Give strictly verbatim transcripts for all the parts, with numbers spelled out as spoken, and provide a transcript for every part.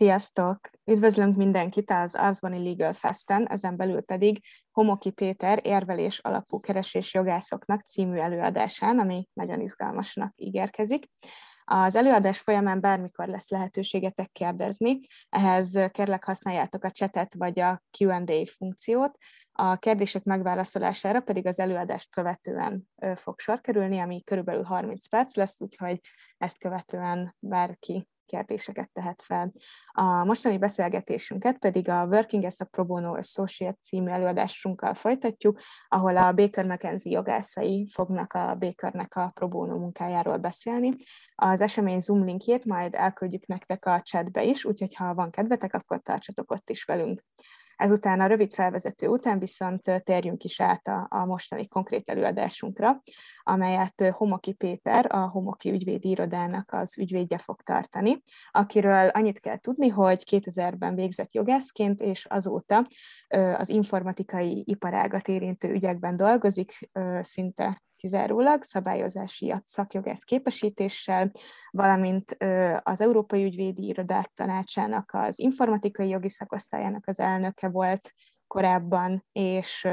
Sziasztok! Üdvözlünk mindenkit az Arzbani Legal Festen, ezen belül pedig Homoki Péter érvelés alapú keresés jogászoknak című előadásán, ami nagyon izgalmasnak ígérkezik. Az előadás folyamán bármikor lesz lehetőségetek kérdezni, ehhez kérlek használjátok a chatet vagy a Q and A funkciót, a kérdések megválaszolására pedig az előadást követően fog sor kerülni, ami körülbelül harminc perc lesz, úgyhogy ezt követően bárki kérdéseket tehet fel. A mostani beszélgetésünket pedig a Working as a Pro Bono Associate című előadásunkkal folytatjuk, ahol a Baker McKenzie jogászai fognak a Bakernek a pro bono munkájáról beszélni. Az esemény Zoom linkjét majd elküldjük nektek a chatbe is, úgyhogy ha van kedvetek, akkor tartsatok ott is velünk. Ezután a rövid felvezető után viszont térjünk is át a, a mostani konkrét előadásunkra, amelyet Homoki Péter, a Homoki ügyvédi irodának az ügyvédje fog tartani, akiről annyit kell tudni, hogy kétezerben végzett jogászként, és azóta az informatikai iparágat érintő ügyekben dolgozik, szinte kizárólag szabályozási szakjogász képesítéssel, valamint az Európai Ügyvédi Irodák Tanácsának az informatikai jogi szakosztályának az elnöke volt korábban, és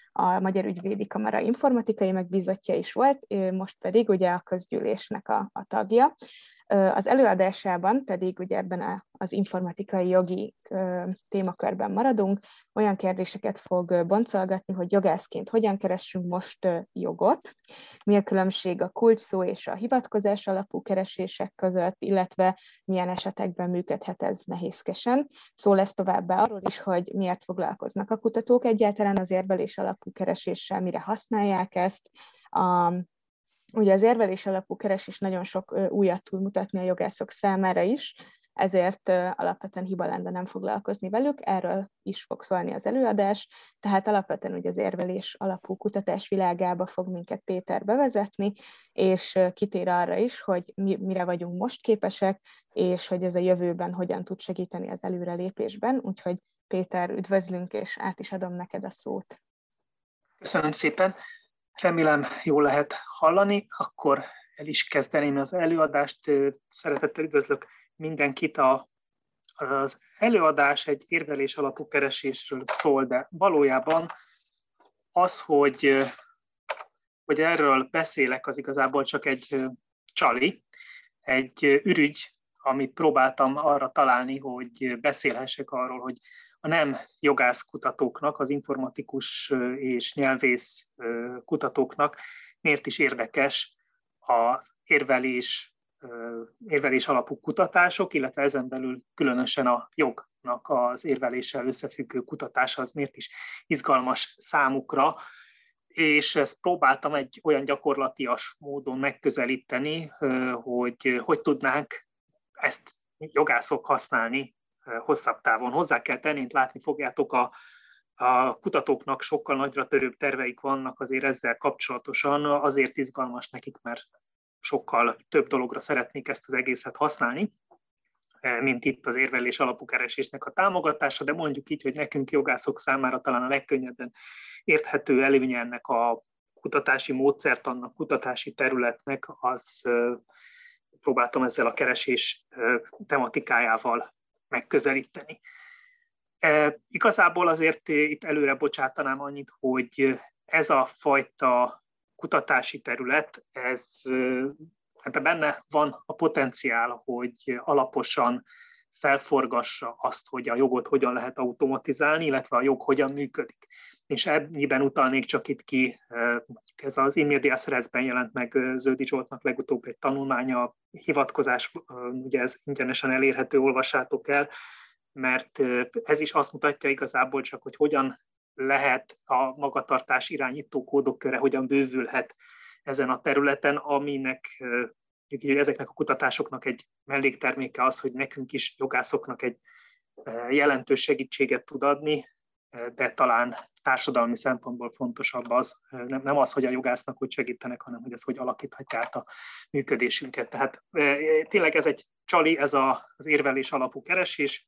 a Magyar Ügyvédi Kamara informatikai megbízottja is volt, most pedig ugye a közgyűlésnek a, a tagja. Az előadásában pedig ugye ebben az informatikai jogi témakörben maradunk, olyan kérdéseket fog boncolgatni, hogy jogászként hogyan keressünk most jogot, mi a különbség a kulcsszó és a hivatkozás alapú keresések között, illetve milyen esetekben működhet ez nehézkesen. Szó lesz továbbá arról is, hogy miért foglalkoznak a kutatók egyáltalán az érvelés alapú kereséssel, mire használják ezt. A Ugye az érvelés alapú keresés nagyon sok újat tud mutatni a jogászok számára is, ezért alapvetően hiba lenne nem foglalkozni velük, erről is fog szólni az előadás, tehát alapvetően ugye az érvelés alapú kutatás világába fog minket Péter bevezetni, és kitér arra is, hogy mi, mire vagyunk most képesek, és hogy ez a jövőben hogyan tud segíteni az előrelépésben, úgyhogy Péter, üdvözlünk, és át is adom neked a szót. Köszönöm szépen! Remélem jól lehet hallani, akkor el is kezdeném az előadást. Szeretettel üdvözlök mindenkit. A, az előadás egy érvelés alapú keresésről szól, de valójában az, hogy, hogy erről beszélek, az igazából csak egy csali, egy ürügy, amit próbáltam arra találni, hogy beszélhessek arról, hogy a nem jogász kutatóknak, az informatikus és nyelvész kutatóknak miért is érdekes az érvelés, érvelés alapú kutatások, illetve ezen belül különösen a jognak az érveléssel összefüggő kutatása az miért is izgalmas számukra, és ezt próbáltam egy olyan gyakorlatias módon megközelíteni, hogy hogy tudnánk ezt jogászok használni hosszabb távon. Hozzá kell tenni, látni fogjátok, a, a kutatóknak sokkal nagyra törőbb terveik vannak azért ezzel kapcsolatosan, azért izgalmas nekik, mert sokkal több dologra szeretnék ezt az egészet használni, mint itt az érvelés alapú keresésnek a támogatása, de mondjuk így, hogy nekünk jogászok számára talán a legkönnyebben érthető előnye ennek a kutatási módszertannak, kutatási területnek, az próbáltam ezzel a keresés tematikájával megközelíteni. E, igazából azért itt előre bocsátanám annyit, hogy ez a fajta kutatási terület, ez, hát benne van a potenciál, hogy alaposan felforgassa azt, hogy a jogot hogyan lehet automatizálni, illetve a jog hogyan működik. És ennyiben utalnék csak itt ki, ez az In Medias Resben jelent meg Zöldi Zsoltnak legutóbb egy tanulmánya, a hivatkozás, ugye ez ingyenesen elérhető, olvassátok el, mert ez is azt mutatja igazából csak, hogy hogyan lehet a magatartás irányító kódok köre, hogyan bővülhet ezen a területen, aminek ezeknek a kutatásoknak egy mellékterméke az, hogy nekünk is jogászoknak egy jelentős segítséget tud adni, de talán társadalmi szempontból fontosabb az, nem, nem az, hogy a jogásznak hogy segítenek, hanem hogy ez hogy alakíthatja át a működésünket. Tehát tényleg ez egy csali, ez a, az érvelés alapú keresés,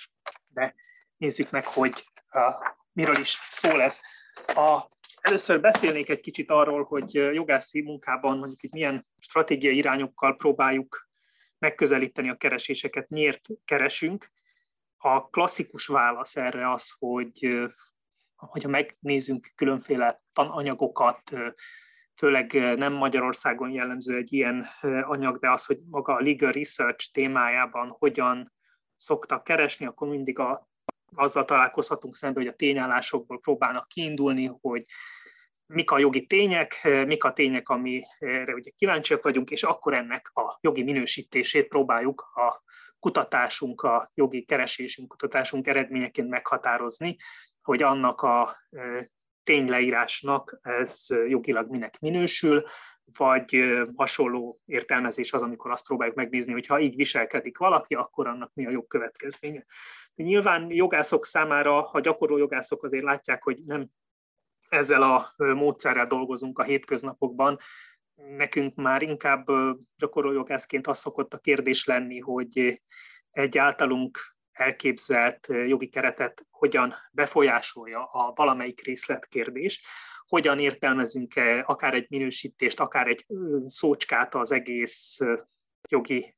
de nézzük meg, hogy uh, miről is szól ez. A, először beszélnék egy kicsit arról, hogy jogászi munkában mondjuk itt milyen stratégiai irányokkal próbáljuk megközelíteni a kereséseket, miért keresünk, A klasszikus válasz erre az, hogy hogyha megnézzünk különféle tananyagokat, főleg nem Magyarországon jellemző egy ilyen anyag, de az, hogy maga a legal research témájában hogyan szoktak keresni, akkor mindig a, azzal találkozhatunk szembe, hogy a tényállásokból próbálnak kiindulni, hogy mik a jogi tények, mik a tények, amire ugye kíváncsiak vagyunk, és akkor ennek a jogi minősítését próbáljuk a kutatásunk, a jogi keresésünk, kutatásunk eredményeként meghatározni, hogy annak a tényleírásnak ez jogilag minek minősül, vagy hasonló értelmezés az, amikor azt próbáljuk megnézni, hogy ha így viselkedik valaki, akkor annak mi a jogkövetkezménye. De nyilván jogászok számára, ha gyakorló jogászok azért látják, hogy nem ezzel a módszerrel dolgozunk a hétköznapokban, nekünk már inkább gyakorló jogászként az szokott a kérdés lenni, hogy egy általunk elképzelt jogi keretet hogyan befolyásolja a valamelyik részletkérdés, hogyan értelmezünk-e akár egy minősítést, akár egy szócskát az egész jogi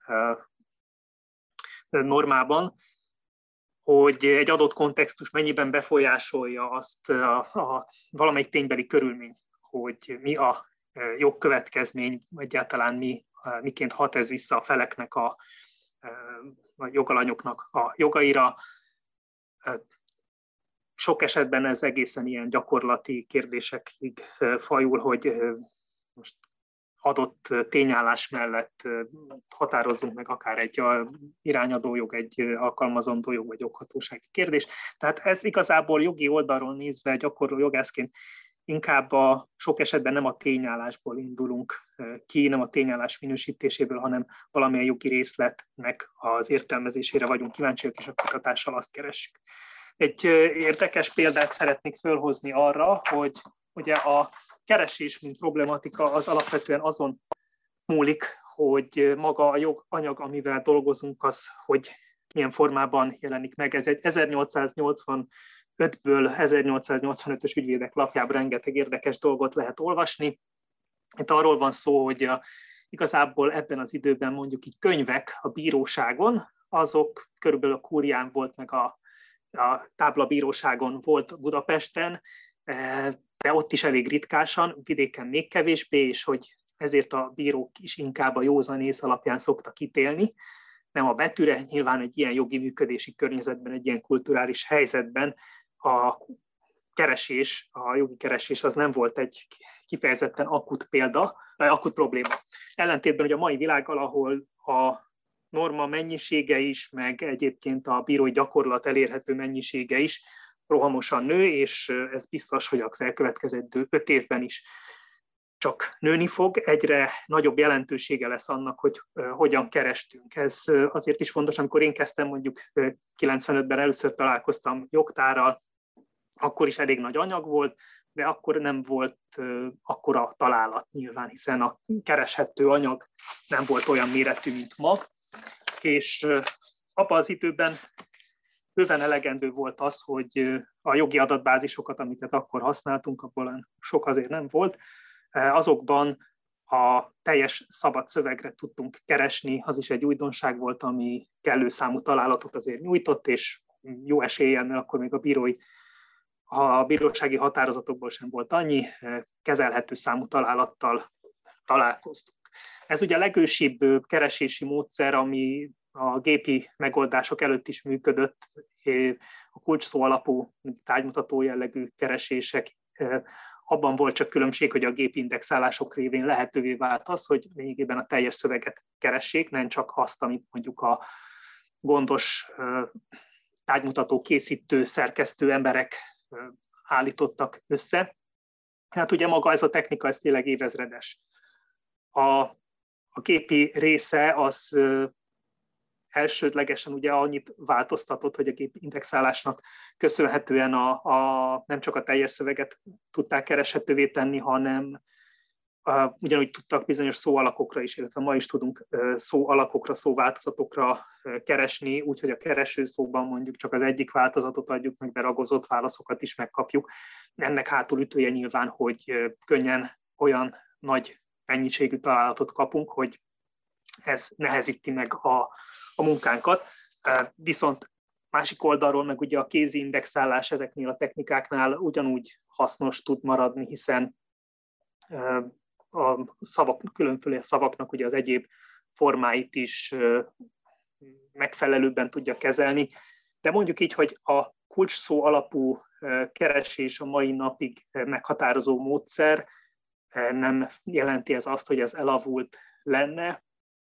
normában, hogy egy adott kontextus mennyiben befolyásolja azt a, a valamelyik ténybeli körülmény, hogy mi a jogkövetkezmény, egyáltalán mi, miként hat ez vissza a feleknek, a, a jogalanyoknak a jogaira. Sok esetben ez egészen ilyen gyakorlati kérdésekig fajul, hogy most adott tényállás mellett határozzunk meg akár egy irányadó jog, egy alkalmazandó jog, vagy joghatósági kérdés. Tehát ez igazából jogi oldalról nézve gyakorló jogászként inkább a sok esetben nem a tényállásból indulunk ki, nem a tényállás minősítéséből, hanem valamilyen jogi részletnek az értelmezésére vagyunk kíváncsiak, és a kutatással azt keressük. Egy érdekes példát szeretnék fölhozni arra, hogy ugye a keresés, mint problematika, az alapvetően azon múlik, hogy maga a joganyag, amivel dolgozunk, az, hogy milyen formában jelenik meg. Ez egy ezernyolcszáznyolcvanötből ezernyolcszáznyolcvanötös ügyvédek lapjában rengeteg érdekes dolgot lehet olvasni. Itt arról van szó, hogy a, igazából ebben az időben mondjuk így könyvek a bíróságon, azok körülbelül a Kúrián volt, meg a, a táblabíróságon volt Budapesten, de ott is elég ritkásan, vidéken még kevésbé, és hogy ezért a bírók is inkább a józanész alapján szoktak ítélni, nem a betűre. Nyilván egy ilyen jogi működési környezetben, egy ilyen kulturális helyzetben a keresés, a jogi keresés az nem volt egy kifejezetten akut példa, vagy akut probléma. Ellentétben, hogy a mai világgal, ahol a norma mennyisége is, meg egyébként a bírói gyakorlat elérhető mennyisége is rohamosan nő, és ez biztos, hogy az elkövetkezendő öt évben is csak nőni fog, egyre nagyobb jelentősége lesz annak, hogy hogyan kerestünk. Ez azért is fontos, amikor én kezdtem, mondjuk kilencvenötben először találkoztam jogtárral, akkor is elég nagy anyag volt, de akkor nem volt akkora találat nyilván, hiszen a kereshető anyag nem volt olyan méretű, mint ma, és abban az időben bőven elegendő volt az, hogy a jogi adatbázisokat, amiket akkor használtunk, abból sok azért nem volt, azokban a teljes szabad szövegre tudtunk keresni, az is egy újdonság volt, ami kellő számú találatot azért nyújtott, és jó eséllyel, mert akkor még a bírói, a bírósági határozatokból sem volt annyi, kezelhető számú találattal találkoztunk. Ez ugye a legősibb keresési módszer, ami a gépi megoldások előtt is működött, a kulcsszó alapú tárgymutató jellegű keresések. Abban volt csak különbség, hogy a gépi indexálások révén lehetővé vált az, hogy lényegében a teljes szöveget keressék, nem csak azt, amit mondjuk a gondos tárgymutató készítő, szerkesztő emberek állítottak össze. Hát ugye maga ez a technika, ez tényleg évezredes. A, a gépi része az elsődlegesen ugye annyit változtatott, hogy a gépi indexálásnak köszönhetően a, a, nem csak a teljes szöveget tudták kereshetővé tenni, hanem a, ugyanúgy tudtak bizonyos szóalakokra is, illetve ma is tudunk szóalakokra, szóváltozatokra keresni, úgyhogy a keresőszóban mondjuk csak az egyik változatot adjuk meg, de ragozott válaszokat is megkapjuk. Ennek hátulütője nyilván, hogy könnyen olyan nagy mennyiségű találatot kapunk, hogy ez nehezíti meg a, a munkánkat. Viszont másik oldalról meg ugye a kézi indexálás ezeknél a technikáknál ugyanúgy hasznos tud maradni, hiszen a szavak, különféle szavaknak ugye az egyéb formáit is megfelelőbben tudja kezelni. De mondjuk így, hogy a kulcsszó alapú keresés a mai napig meghatározó módszer, nem jelenti ez azt, hogy ez elavult lenne.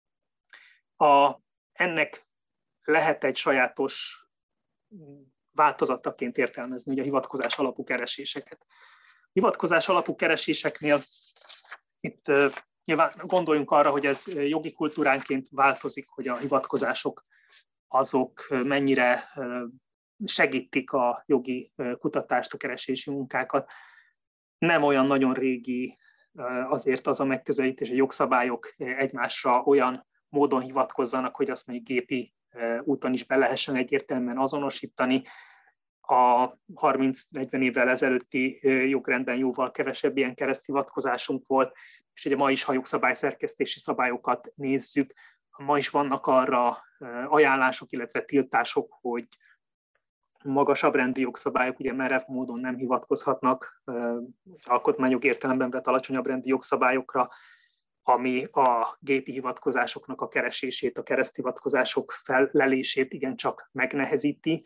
A, ennek lehet egy sajátos változataként értelmezni ugye a hivatkozás alapú kereséseket. Hivatkozás alapú kereséseknél itt uh, nyilván gondoljunk arra, hogy ez jogi kultúránként változik, hogy a hivatkozások azok mennyire uh, segítik a jogi uh, kutatást, a keresési munkákat. Nem olyan nagyon régi uh, azért az a megközelítés, hogy jogszabályok egymásra olyan módon hivatkozzanak, hogy azt mondjuk gépi uh, úton is be lehessen egyértelműen azonosítani. A harminc-negyven évvel ezelőtti jogrendben jóval kevesebb ilyen kereszthivatkozásunk volt, és ugye ma is, ha jogszabályszerkesztési szabályokat nézzük, ma is vannak arra ajánlások, illetve tiltások, hogy magasabb rendű jogszabályok ugye merev módon nem hivatkozhatnak alkotmányjog értelemben vett alacsonyabb rendű jogszabályokra, ami a gépi hivatkozásoknak a keresését, a kereszthivatkozások fellelését igencsak megnehezíti.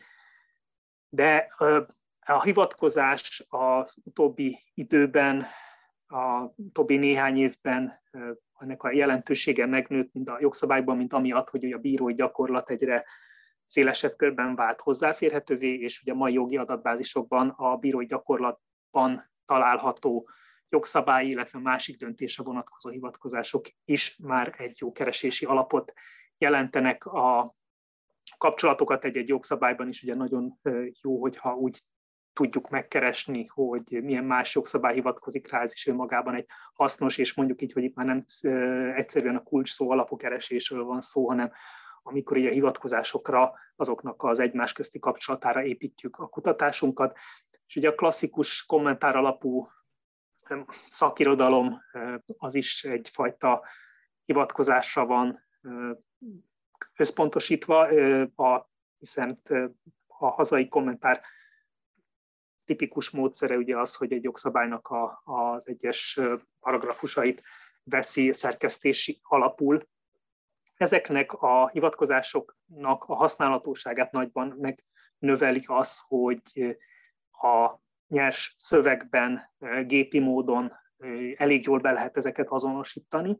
De a hivatkozás az utóbbi időben, a utóbbi néhány évben ennek a jelentősége megnőtt, mind a jogszabályban, mint amiatt, hogy a bírói gyakorlat egyre szélesebb körben vált hozzáférhetővé, és ugye a mai jogi adatbázisokban a bírói gyakorlatban található jogszabály, illetve másik döntésre vonatkozó hivatkozások is már egy jó keresési alapot jelentenek. A kapcsolatokat egy-egy jogszabályban is ugye nagyon jó, hogyha úgy tudjuk megkeresni, hogy milyen más jogszabály hivatkozik rá, ez is önmagában egy hasznos, és mondjuk így, hogy itt már nem egyszerűen a kulcs szó alapú keresésről van szó, hanem amikor így a hivatkozásokra, azoknak az egymás közti kapcsolatára építjük a kutatásunkat. És ugye a klasszikus kommentár alapú szakirodalom az is egyfajta hivatkozásra van összpontosítva, hiszen a hazai kommentár tipikus módszere ugye az, hogy egy jogszabálynak a, az egyes paragrafusait veszi szerkesztési alapul. Ezeknek a hivatkozásoknak a használatóságát nagyban megnöveli az, hogy a nyers szövegben gépi módon elég jól be lehet ezeket azonosítani,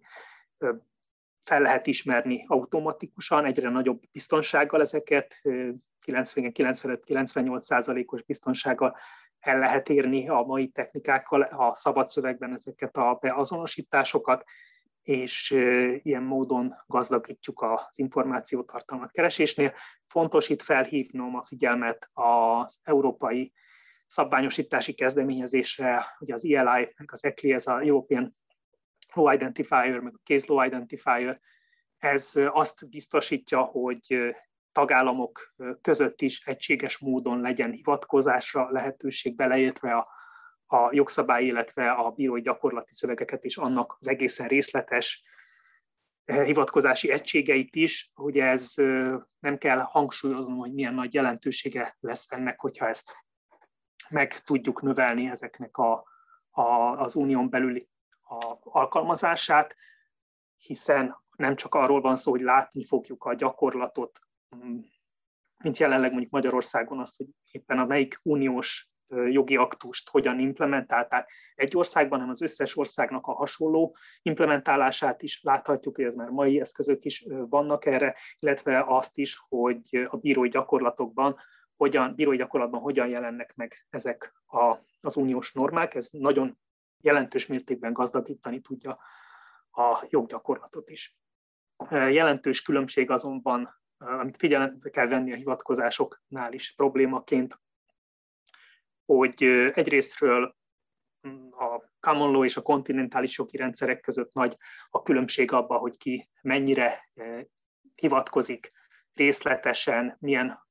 fel lehet ismerni automatikusan, egyre nagyobb biztonsággal ezeket, kilencvenöt-kilencvennyolc százalékos biztonsággal el lehet érni a mai technikákkal, a szabad szövegben ezeket a beazonosításokat, és ilyen módon gazdagítjuk az információtartalmat keresésnél. Fontos itt felhívnom a figyelmet az európai szabványosítási kezdeményezésre, ugye az E L I, meg az E C L I, ez a European Law Identifier, meg a Case Law Identifier, ez azt biztosítja, hogy tagállamok között is egységes módon legyen hivatkozásra lehetőség, beleértve a, a jogszabály, illetve a bírói gyakorlati szövegeket és annak az egészen részletes hivatkozási egységeit is. Ugye ez nem kell hangsúlyoznom, hogy milyen nagy jelentősége lesz ennek, hogyha ezt meg tudjuk növelni ezeknek a, a, az unión belüli a alkalmazását, hiszen nem csak arról van szó, hogy látni fogjuk a gyakorlatot, mint jelenleg mondjuk Magyarországon azt, hogy éppen a melyik uniós jogi aktust hogyan implementálták egy országban, hanem az összes országnak a hasonló implementálását is láthatjuk, hogy ez már mai eszközök is vannak erre, illetve azt is, hogy a bírói gyakorlatokban hogyan, bírói gyakorlatban hogyan jelennek meg ezek a, az uniós normák. Ez nagyon jelentős mértékben gazdagítani tudja a joggyakorlatot is. Jelentős különbség azonban, amit figyelembe kell venni a hivatkozásoknál is problémaként, hogy egyrésztről a common law és a kontinentális jogi rendszerek között nagy a különbség abban, hogy ki mennyire hivatkozik részletesen, milyen,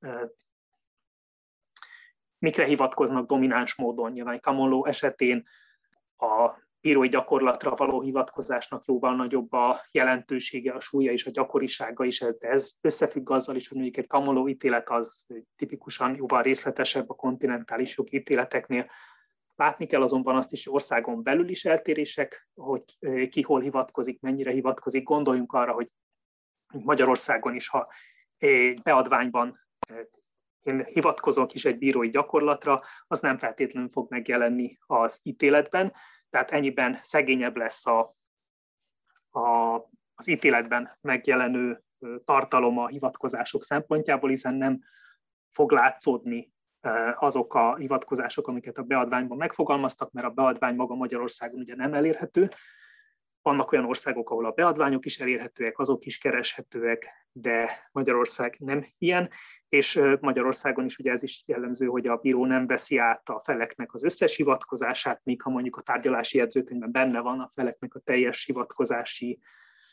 mikre hivatkoznak domináns módon. Nyilván a common law esetén a bírói gyakorlatra való hivatkozásnak jóval nagyobb a jelentősége, a súlya és a gyakorisága is. De ez összefügg azzal is, hogy mondjuk egy kamoló ítélet az tipikusan jóval részletesebb a kontinentális jogi ítéleteknél. Látni kell azonban azt is, hogy országon belül is eltérések, hogy ki hol hivatkozik, mennyire hivatkozik. Gondoljunk arra, hogy Magyarországon is, ha egy beadványban én hivatkozok is egy bírói gyakorlatra, az nem feltétlenül fog megjelenni az ítéletben, tehát ennyiben szegényebb lesz a, a, az ítéletben megjelenő tartalom a hivatkozások szempontjából, hiszen nem fog látszódni azok a hivatkozások, amiket a beadványban megfogalmaztak, mert a beadvány maga Magyarországon ugye nem elérhető. Vannak olyan országok, ahol a beadványok is elérhetőek, azok is kereshetőek, de Magyarország nem ilyen, és Magyarországon is ugye ez is jellemző, hogy a bíró nem veszi át a feleknek az összes hivatkozását, míg ha mondjuk a tárgyalási jegyzőkönyvben benne van a feleknek a teljes hivatkozási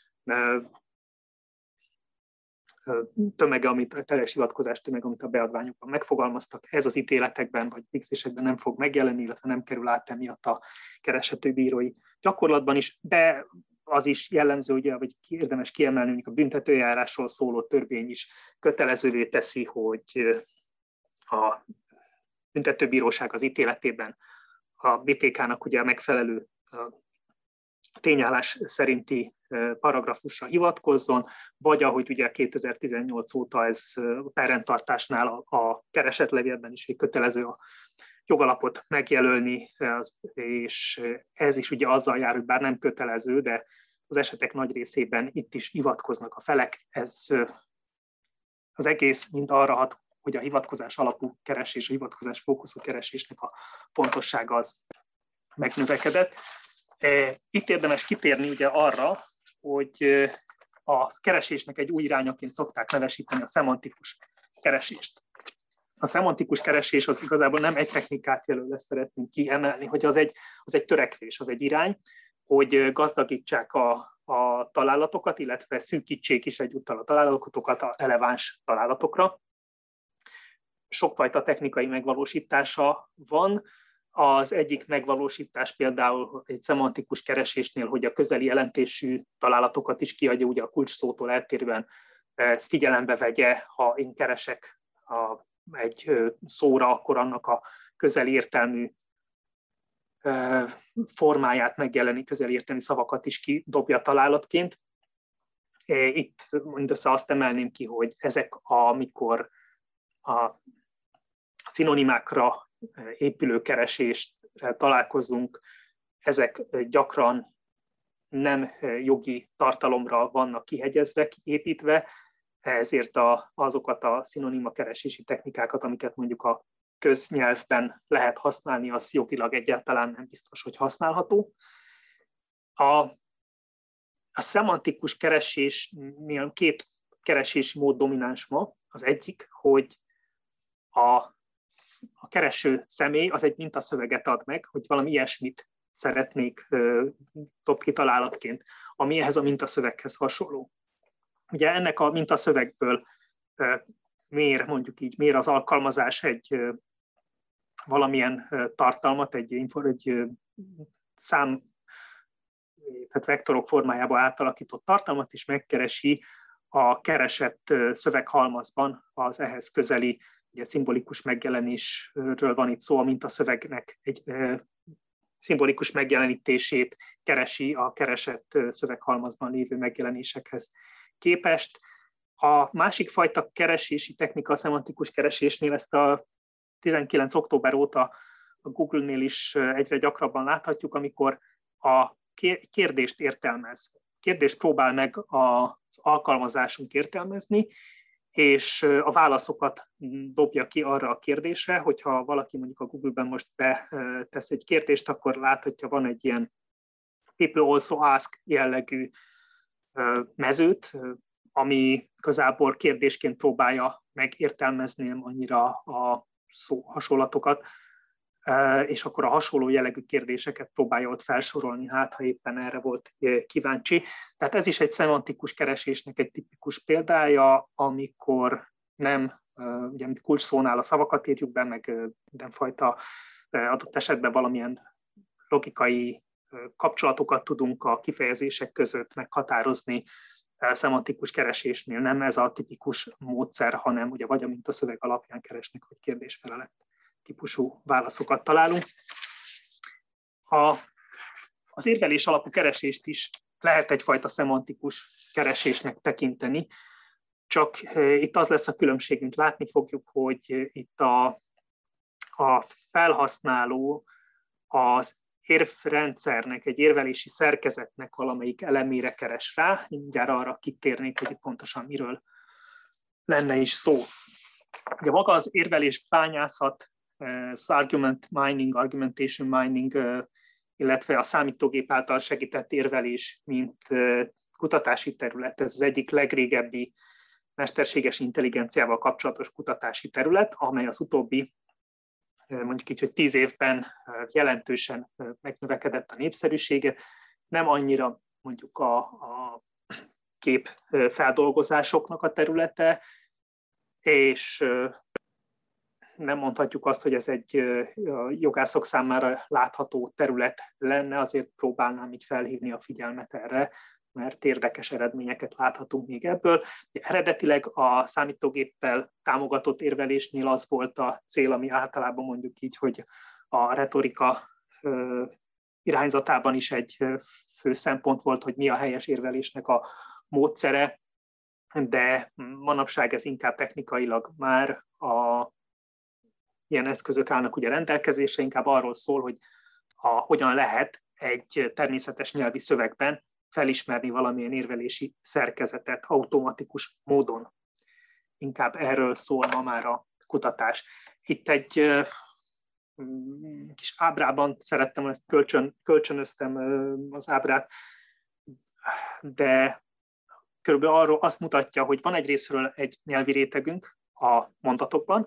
tömege, amit, a teljes hivatkozás tömege, amit a beadványokban megfogalmaztak, ez az ítéletekben vagy végzésekben nem fog megjelenni, illetve nem kerül át emiatt a kereshető bírói gyakorlatban is, de az is jellemző, ugye, vagy érdemes kiemelni, hogy a büntetőjárásról szóló törvény is kötelezővé teszi, hogy a büntetőbíróság az ítéletében a bé té ká-nak ugye a megfelelő tényállás szerinti paragrafusra hivatkozzon, vagy ahogy ugye kétezer-tizennyolc óta ez a perrendtartásnál a, a keresetlevélben is kötelező a jogalapot megjelölni, és ez is ugye azzal jár, hogy bár nem kötelező, de az esetek nagy részében itt is hivatkoznak a felek. Ez az egész mind arra hat, hogy a hivatkozás alapú keresés, a hivatkozás fókuszú keresésnek a pontossága az megnövekedett. Itt érdemes kitérni ugye arra, hogy a keresésnek egy új irányaként szokták nevesíteni a szemantikus keresést. A szemantikus keresés az igazából nem egy technikát jelöl, ezt szeretném kiemelni, hogy az egy, az egy törekvés, az egy irány, hogy gazdagítsák a, a találatokat, illetve szűkítsék is egyúttal a találatokat a releváns találatokra. Sokfajta technikai megvalósítása van. Az egyik megvalósítás például egy szemantikus keresésnél, hogy a közeli jelentésű találatokat is kiadja, ugye a kulcsszótól eltérően ezt figyelembe vegye, ha én keresek a, egy szóra, akkor annak a közeli értelmű formáját megjelenni, közeli értelmű szavakat is kidobja találatként. Itt mindössze azt emelném ki, hogy ezek, amikor a szinonimákra épülő keresésre találkozunk, ezek gyakran nem jogi tartalomra vannak kihegyezve, építve, ezért a, azokat a szinonima keresési technikákat, amiket mondjuk a köznyelvben lehet használni, az jogilag egyáltalán nem biztos, hogy használható. A, a szemantikus keresésnél két keresési mód domináns ma. Az egyik, hogy a A kereső személy az egy mintaszöveget ad meg, hogy valami ilyesmit szeretnék dob ki találatként, ami ehhez a mintaszöveghez hasonló. Ugye ennek a mintaszövegből mér, mondjuk így, mér az alkalmazás egy valamilyen tartalmat, egy, egy szám, tehát vektorok formájába átalakított tartalmat, és megkeresi a keresett szöveghalmazban az ehhez közeli, ugye szimbolikus megjelenésről van itt szó, a mintaszövegnek egy e, szimbolikus megjelenítését keresi a keresett szöveghalmazban lévő megjelenésekhez képest. A másik fajta keresési technika, a szemantikus keresésnél, ezt a tizenkilenc október óta a Google-nél is egyre gyakrabban láthatjuk, amikor a kérdést értelmez. Kérdést próbál meg az alkalmazásunk értelmezni, és a válaszokat dobja ki arra a kérdésre, hogyha valaki mondjuk a Google-ben most betesz egy kérdést, akkor láthatja, van egy ilyen people also ask jellegű mezőt, ami igazából kérdésként próbálja megértelmezni annyira a szó hasonlatokat, és akkor a hasonló jellegű kérdéseket próbálja ott felsorolni, hát ha éppen erre volt kíváncsi. Tehát ez is egy szemantikus keresésnek egy tipikus példája, amikor nem, ugye mint kulcsszónál a szavakat írjuk be, meg mindenfajta adott esetben valamilyen logikai kapcsolatokat tudunk a kifejezések között meghatározni szemantikus keresésnél. Nem ez a tipikus módszer, hanem ugye vagy amint a szöveg alapján keresnek, vagy kérdés-felelet típusú válaszokat találunk. A, az érvelés alapú keresést is lehet egyfajta szemantikus keresésnek tekinteni, csak itt az lesz a különbség, mint látni fogjuk, hogy itt a, a felhasználó az érvrendszernek, egy érvelési szerkezetnek valamelyik elemére keres rá. Mindjárt arra kitérnék, hogy itt pontosan miről lenne is szó. Ugye maga az érvelés bányászat, az argument mining, argumentation mining, illetve a számítógép által segített érvelés, mint kutatási terület. Ez az egyik legrégebbi mesterséges intelligenciával kapcsolatos kutatási terület, amely az utóbbi, mondjuk így, hogy tíz évben jelentősen megnövekedett a népszerűsége. Nem annyira mondjuk a, a képfeldolgozásoknak a területe, és nem mondhatjuk azt, hogy ez egy jogászok számára látható terület lenne, azért próbálnám így felhívni a figyelmet erre, mert érdekes eredményeket láthatunk még ebből. Eredetileg a számítógéppel támogatott érvelésnél az volt a cél, ami általában mondjuk így, hogy a retorika irányzatában is egy fő szempont volt, hogy mi a helyes érvelésnek a módszere, de manapság ez inkább technikailag már a ilyen eszközök állnak ugye rendelkezésre, inkább arról szól, hogy a, hogyan lehet egy természetes nyelvi szövegben felismerni valamilyen érvelési szerkezetet automatikus módon. Inkább erről szól ma már a kutatás. Itt egy uh, kis ábrában szerettem, ezt kölcsön, kölcsönöztem uh, az ábrát, de körülbelül arról azt mutatja, hogy van egy részről egy nyelvi rétegünk a mondatokban,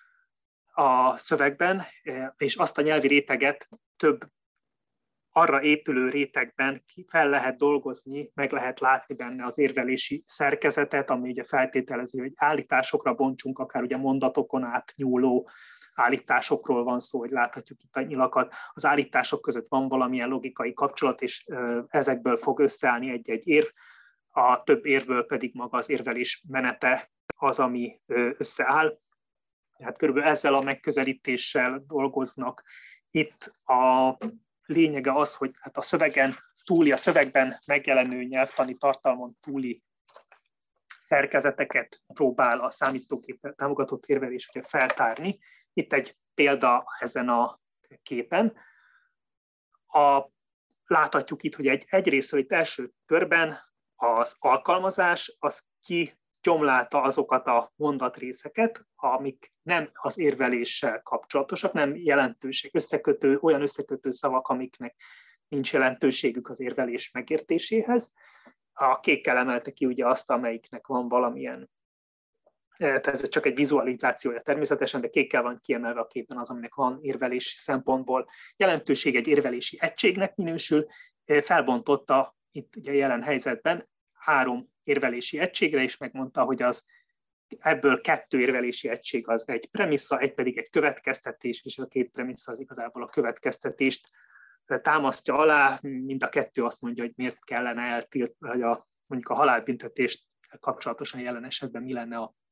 a szövegben, és azt a nyelvi réteget több arra épülő rétegben fel lehet dolgozni, meg lehet látni benne az érvelési szerkezetet, ami ugye feltételezi, hogy állításokra bontsunk, akár ugye mondatokon át nyúló állításokról van szó, hogy láthatjuk itt a nyilakat. Az állítások között van valamilyen logikai kapcsolat, és ezekből fog összeállni egy-egy érv, a több érvből pedig maga az érvelés menete az, ami összeáll. Tehát körülbelül ezzel a megközelítéssel dolgoznak. Itt a lényege az, hogy hát a szövegen túli, a szövegben megjelenő nyelvtani tartalmon túli szerkezeteket próbál a számítógép támogatott érvelés ugye feltárni. Itt egy példa ezen a képen. A, láthatjuk itt, hogy egy, egyrésztről itt első körben az alkalmazás, az ki gyomlálta azokat a mondatrészeket, amik nem az érveléssel kapcsolatosak, nem jelentőség, összekötő, olyan összekötő szavak, amiknek nincs jelentőségük az érvelés megértéséhez. A kékkel emelte ki ugye azt, amelyiknek van valamilyen, tehát ez csak egy vizualizációja természetesen, de kékkel van kiemelve a képen az, aminek van érvelési szempontból jelentőség, egy érvelési egységnek minősül, felbontotta itt ugye jelen helyzetben három érvelési egységre, és megmondta, hogy az ebből kettő érvelési egység az egy premissza, egy pedig egy következtetés, és a két premissza az igazából a következtetést támasztja alá, mind a kettő azt mondja, hogy miért kellene eltiltani, vagy a, mondjuk a halálbüntetést kapcsolatosan jelen esetben mi lenne a,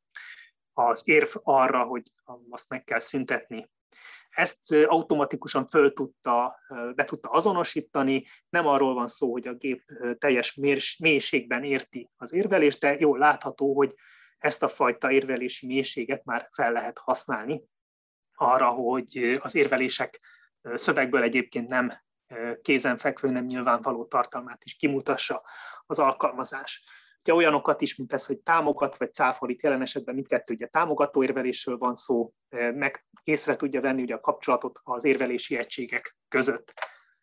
az érv arra, hogy azt meg kell szüntetni. Ezt automatikusan föl tudta, be tudta azonosítani, nem arról van szó, hogy a gép teljes mélységben érti az érvelést, de jól látható, hogy ezt a fajta érvelési mélységet már fel lehet használni arra, hogy az érvelések szövegből egyébként nem kézenfekvő, nem nyilvánvaló tartalmát is kimutassa az alkalmazás. Ugye olyanokat is, mint ez, hogy támogat vagy cáfolít, jelen esetben mindkettő ugye támogató érvelésről van szó, meg észre tudja venni ugye a kapcsolatot az érvelési egységek között.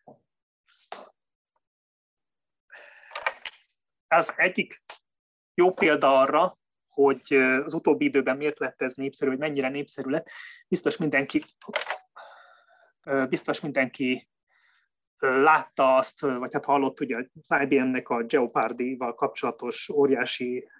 Ez egyik jó példa arra, hogy az utóbbi időben miért lett ez népszerű, hogy mennyire népszerű lett. Biztos mindenki, biztos mindenki látta azt, vagy hát hallott ugye az I B M-nek a Jeopardy-val kapcsolatos óriási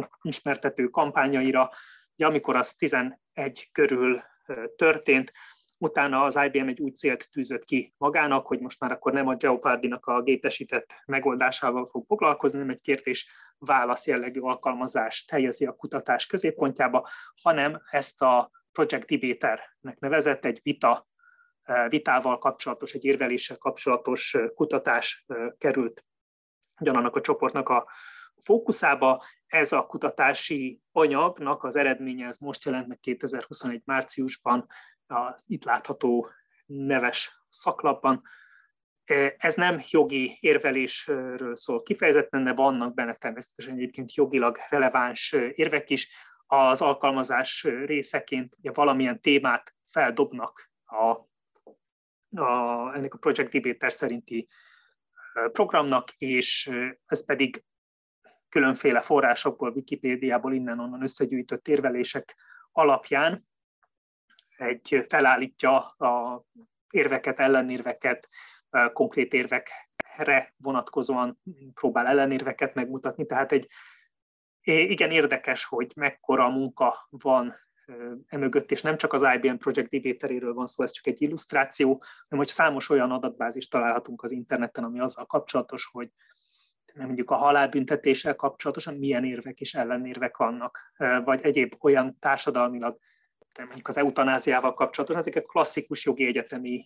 reklámismertető kampányaira, ugye amikor az tizenegy körül történt, Utána az I B M egy új célt tűzött ki magának, hogy most már akkor nem a Jeopardy-nak a gépesített megoldásával fog foglalkozni, nem egy kérdés-válasz jellegű alkalmazást helyezi a kutatás középpontjába, hanem ezt a Project Debater-nek nevezett egy vita, vitával kapcsolatos, egy érveléssel kapcsolatos kutatás került ugyanannak a csoportnak a fókuszába. Ez a kutatási anyagnak az eredménye, ez most jelent meg kétezer-huszonegy márciusban, az itt látható neves szaklapban. Ez nem jogi érvelésről szól kifejezetten, de vannak benne természetesen egyébként jogilag releváns érvek is. Az alkalmazás részeként ugye valamilyen témát feldobnak a, a, ennek a Project Debater szerinti programnak, és ez pedig különféle forrásokból, Wikipédiából, innen-onnan összegyűjtött érvelések alapján egy felállítja a érveket, ellenérveket, konkrét érvekre vonatkozóan próbál ellenérveket megmutatni. Tehát egy igen érdekes, hogy mekkora munka van emögött, és nem csak az I B M Project Debateréről van szó, ez csak egy illusztráció, hanem hogy számos olyan adatbázis találhatunk az interneten, ami azzal kapcsolatos, hogy mondjuk a halálbüntetéssel kapcsolatosan milyen érvek és ellenérvek vannak, vagy egyéb olyan társadalmilag, mondjuk az eutanáziával kapcsolatosan, ezek a klasszikus jogi egyetemi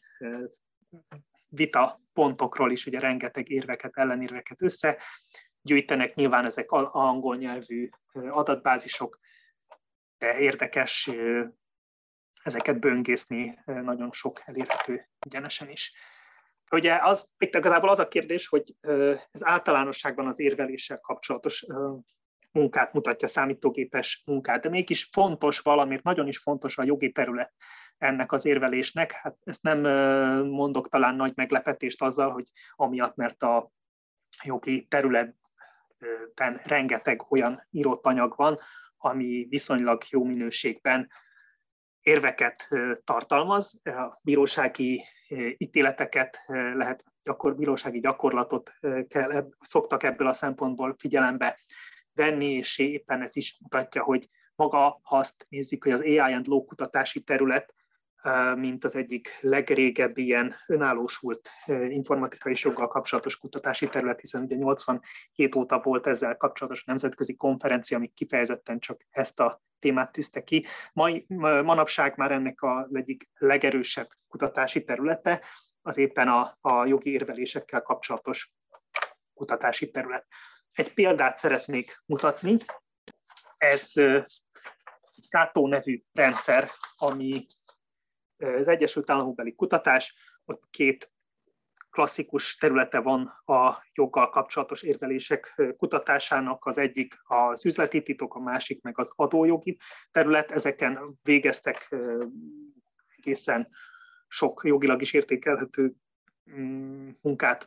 vita pontokról is ugye rengeteg érveket, ellenérveket összegyűjtenek, nyilván ezek angol nyelvű adatbázisok, de érdekes ezeket böngészni, nagyon sok elérhető egyenesen is. Ugye az, itt igazából az a kérdés, hogy ez általánosságban az érveléssel kapcsolatos munkát mutatja, számítógépes munkát, de mégis fontos valamiért, nagyon is fontos a jogi terület ennek az érvelésnek. Hát ezt nem mondok talán nagy meglepetést azzal, hogy amiatt, mert a jogi területen rengeteg olyan írott anyag van, ami viszonylag jó minőségben érveket tartalmaz, a bírósági ítéleteket lehet, gyakor, bírósági gyakorlatot kell, szoktak ebből a szempontból figyelembe venni, és éppen ez is mutatja, hogy maga, ha azt nézzük, hogy az A I and Law kutatási terület, mint az egyik legrégebbi ilyen önállósult informatikai és joggal kapcsolatos kutatási terület, hiszen ugye nyolcvanhét óta volt ezzel kapcsolatos nemzetközi konferencia, ami kifejezetten csak ezt a témát tűzte ki. Mai, manapság már ennek a egyik legerősebb kutatási területe az éppen a, a jogi érvelésekkel kapcsolatos kutatási terület. Egy példát szeretnék mutatni. Ez Cato nevű rendszer, ami az Egyesült Államokbeli kutatás, ott két klasszikus területe van a joggal kapcsolatos érvelések kutatásának, az egyik az üzleti titok, a másik meg az adójogi terület. Ezeken végeztek egészen sok jogilag is értékelhető munkát,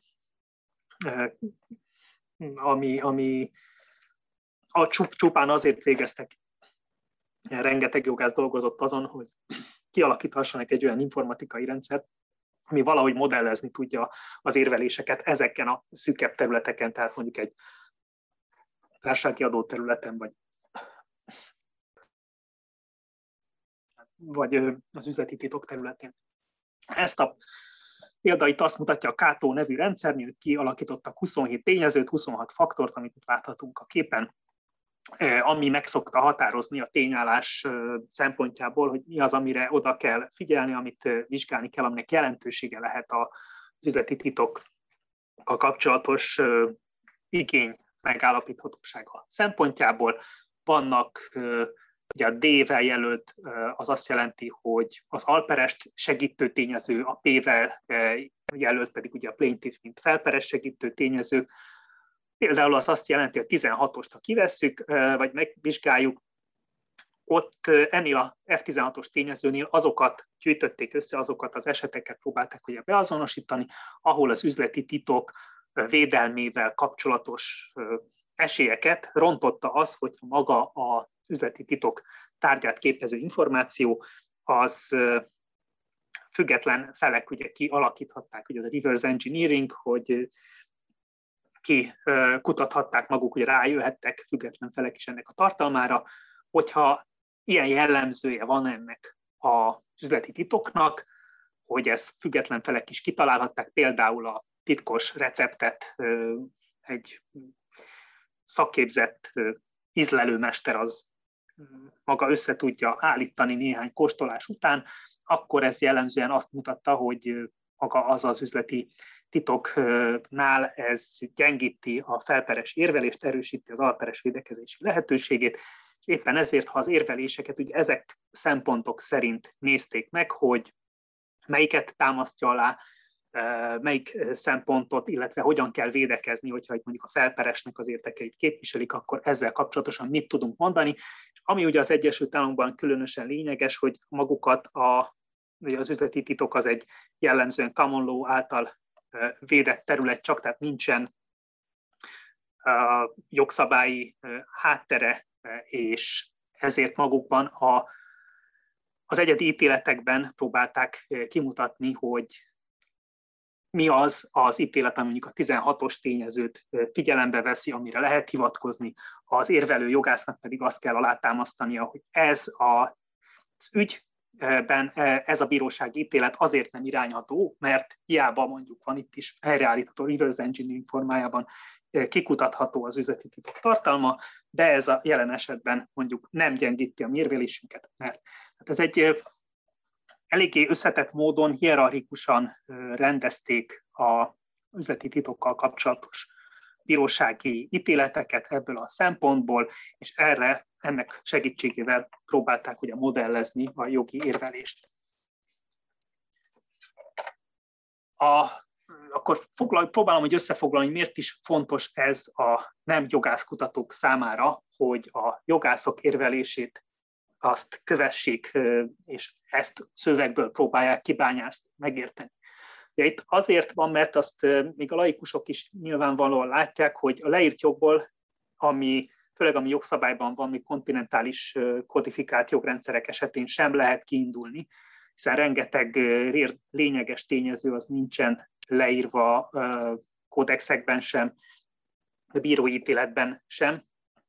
ami, ami a csupán azért végeztek, rengeteg jogász dolgozott azon, hogy kialakíthassanak egy olyan informatikai rendszert, ami valahogy modellezni tudja az érveléseket ezeken a szűkebb területeken, tehát mondjuk egy társasági adó területen, vagy, vagy az üzleti titok területén. Ezt a példait azt mutatja a Cato nevű rendszernél, hogy kialakítottak huszonhét tényezőt, huszonhat faktort, amit itt láthatunk a képen, ami meg szokta határozni a tényállás szempontjából, hogy mi az, amire oda kell figyelni, amit vizsgálni kell, aminek jelentősége lehet az üzleti titokkal kapcsolatos igény megállapíthatósága szempontjából. Vannak, ugye a D-vel jelölt, az azt jelenti, hogy az alperest segítő tényező, a P-vel jelölt pedig ugye a plaintiff, mint felperes segítő tényező. Például az azt jelenti, hogy tizenhatost, ha kivesszük, vagy megvizsgáljuk, ott ennél a F tizenhatos tényezőnél azokat gyűjtötték össze, azokat az eseteket próbálták ugye beazonosítani, ahol az üzleti titok védelmével kapcsolatos esélyeket rontotta az, hogy maga az üzleti titok tárgyát képező információ, az független felek ugye kialakíthatták, ugye az a reverse engineering, hogy ki kutathatták maguk, hogy rájöhettek független felek is ennek a tartalmára, hogyha ilyen jellemzője van ennek az üzleti titoknak, hogy ezt független felek is kitalálhatták, például a titkos receptet egy szakképzett ízlelőmester az maga össze tudja állítani néhány kóstolás után, akkor ez jellemzően azt mutatta, hogy maga az az üzleti titoknál ez gyengíti a felperes érvelést, erősíti az alperes védekezési lehetőségét, és éppen ezért, ha az érveléseket ugye ezek szempontok szerint nézték meg, hogy melyiket támasztja alá, melyik szempontot, illetve hogyan kell védekezni, hogyha mondjuk a felperesnek az érdekeit képviselik, akkor ezzel kapcsolatosan mit tudunk mondani. És ami ugye az Egyesült Államokban különösen lényeges, hogy magukat a, ugye az üzleti titok az egy jellemzően common law által védett terület csak, tehát nincsen jogszabályi háttere, és ezért magukban a, az egyedi ítéletekben próbálták kimutatni, hogy mi az az ítélet, ami mondjuk a tizenhatos tényezőt figyelembe veszi, amire lehet hivatkozni, az érvelő jogásznak pedig azt kell alátámasztania, hogy ez a, az ügyben ez a bírósági ítélet azért nem irányható, mert hiába mondjuk van itt is helyreállítható reverse engineering formájában kikutatható az üzleti titok tartalma, de ez a jelen esetben mondjuk nem gyengíti a mi érvelésünket, mert hát ez egy eléggé összetett módon, hierarchikusan rendezték az üzleti titokkal kapcsolatos bírósági ítéleteket ebből a szempontból, és erre, ennek segítségével próbálták ugye modellezni a jogi érvelést. A, akkor foglal, próbálom, hogy összefoglalni, miért is fontos ez a nem jogászkutatók számára, hogy a jogászok érvelését azt kövessék, és ezt szövegből próbálják kibányászni, megérteni. De itt azért van, mert azt még a laikusok is nyilvánvalóan látják, hogy a leírt jogból, ami, főleg ami jogszabályban van, még kontinentális kodifikált jogrendszerek esetén sem lehet kiindulni, hiszen rengeteg lényeges tényező az nincsen leírva kódexekben sem, a bírói ítéletben sem,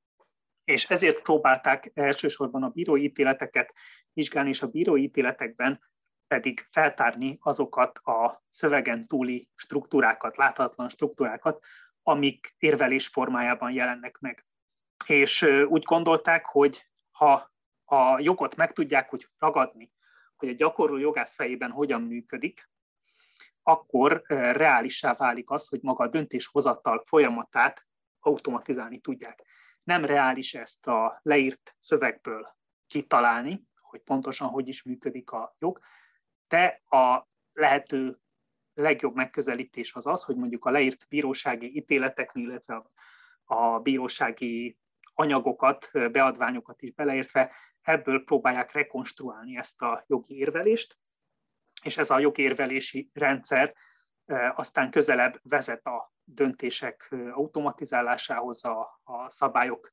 és ezért próbálták elsősorban a bírói ítéleteket vizsgálni, és a bírói ítéletekben pedig feltárni azokat a szövegen túli struktúrákat, láthatatlan struktúrákat, amik érvelés formájában jelennek meg. És úgy gondolták, hogy ha a jogot meg tudják úgy ragadni, hogy a gyakorló jogász fejében hogyan működik, akkor reálissá válik az, hogy maga a döntéshozatal folyamatát automatizálni tudják. Nem reális ezt a leírt szövegből kitalálni, hogy pontosan hogy is működik a jog, de a lehető legjobb megközelítés az az, hogy mondjuk a leírt bírósági ítéleteknél, illetve a bírósági anyagokat, beadványokat is beleértve, ebből próbálják rekonstruálni ezt a jogi érvelést, és ez a jogi érvelési rendszer aztán közelebb vezet a döntések automatizálásához, a, a szabályok,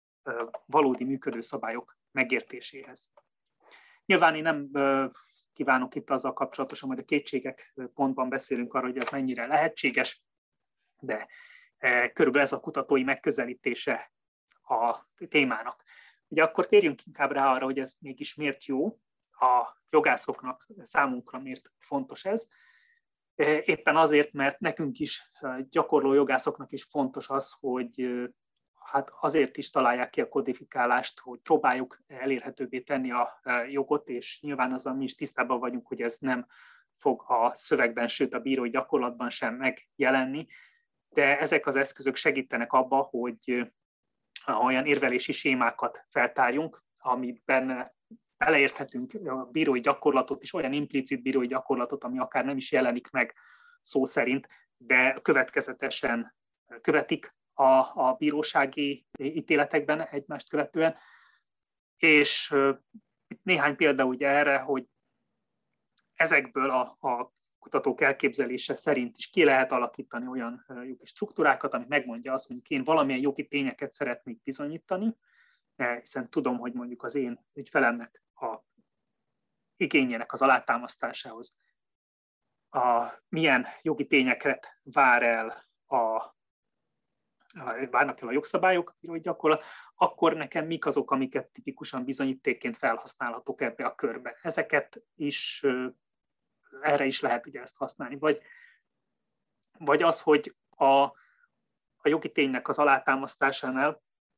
valódi működő szabályok megértéséhez. Nyilván én nem kívánok itt azzal kapcsolatosan, majd a kétségek pontban beszélünk arról, hogy ez mennyire lehetséges, de körülbelül ez a kutatói megközelítése a témának. Ugye akkor térjünk inkább rá arra, hogy ez mégis miért jó a jogászoknak, számunkra miért fontos ez. Éppen azért, mert nekünk is, gyakorló jogászoknak is fontos az, hogy hát azért is találják ki a kodifikálást, hogy próbáljuk elérhetőbbé tenni a jogot, és nyilván azzal mi is tisztában vagyunk, hogy ez nem fog a szövegben, sőt a bírói gyakorlatban sem megjelenni, de ezek az eszközök segítenek abba, hogy olyan érvelési sémákat feltárjunk, amiben beleérthetünk a bírói gyakorlatot is, olyan implicit bírói gyakorlatot, ami akár nem is jelenik meg szó szerint, de következetesen követik a, a bírósági ítéletekben egymást követően. És uh, néhány példa ugye erre, hogy ezekből a, a kutatók elképzelése szerint is ki lehet alakítani olyan uh, jogi struktúrákat, ami megmondja azt, hogy én valamilyen jogi tényeket szeretnék bizonyítani, hiszen tudom, hogy mondjuk az én ügyfelemnek a igényének az alátámasztásához a, milyen jogi tényeket vár el a, a, várnak el a jogszabályok, bírói gyakorlat, akkor nekem mik azok, amiket tipikusan bizonyítékként felhasználhatok ebbe a körbe. Ezeket is erre is lehet ugye ezt használni. Vagy, vagy az, hogy a, a jogi ténynek az alátámasztásánál